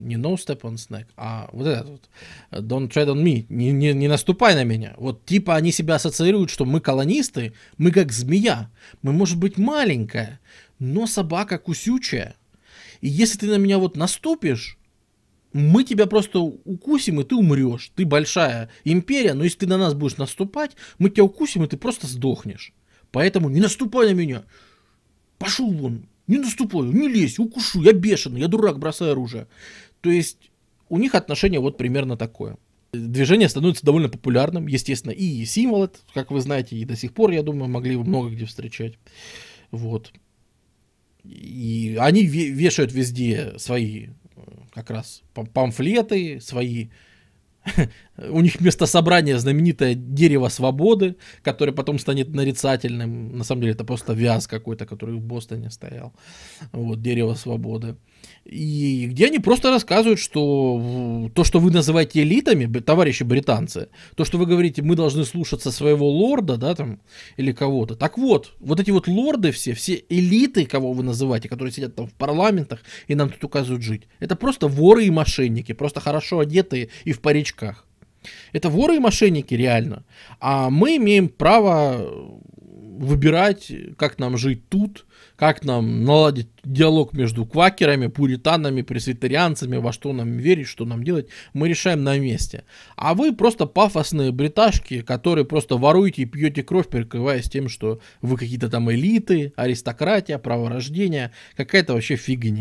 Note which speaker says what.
Speaker 1: Не no step on snake, а вот этот вот. Don't tread on me. Не наступай на меня. Вот типа они себя ассоциируют, что мы колонисты, мы как змея. Мы, может быть, маленькая, но собака кусючая. И если ты на меня вот наступишь, мы тебя просто укусим, и ты умрешь. Ты большая империя, но если ты на нас будешь наступать, мы тебя укусим, и ты просто сдохнешь. Поэтому не наступай на меня. Пошел вон. Не наступай, не лезь, укушу. Я бешеный, я дурак, бросай оружие. То есть у них отношение вот примерно такое. Движение становится довольно популярным, естественно, и символ, это, как вы знаете, и до сих пор, я думаю, могли бы много где встречать. Вот. И они вешают везде свои как раз памфлеты, свои. У них место собрания знаменитое дерево свободы, которое потом станет нарицательным. На самом деле это просто вяз какой-то, который в Бостоне стоял. Вот, дерево свободы. И где они просто рассказывают, что то, что вы называете элитами, товарищи британцы, то, что вы говорите, мы должны слушаться своего лорда, да, там, или кого-то. Так вот, вот эти вот лорды все элиты, кого вы называете, которые сидят там в парламентах и нам тут указывают жить, это просто воры и мошенники, просто хорошо одетые и в паричках. Это воры и мошенники, реально. А мы имеем право выбирать, как нам жить тут, как нам наладить диалог между квакерами, пуританами, пресвитерианцами, во что нам верить, что нам делать, мы решаем на месте. А вы просто пафосные бриташки, которые просто воруете и пьете кровь, прикрываясь тем, что вы какие-то там элиты, аристократия, право рождения, какая-то вообще фигня.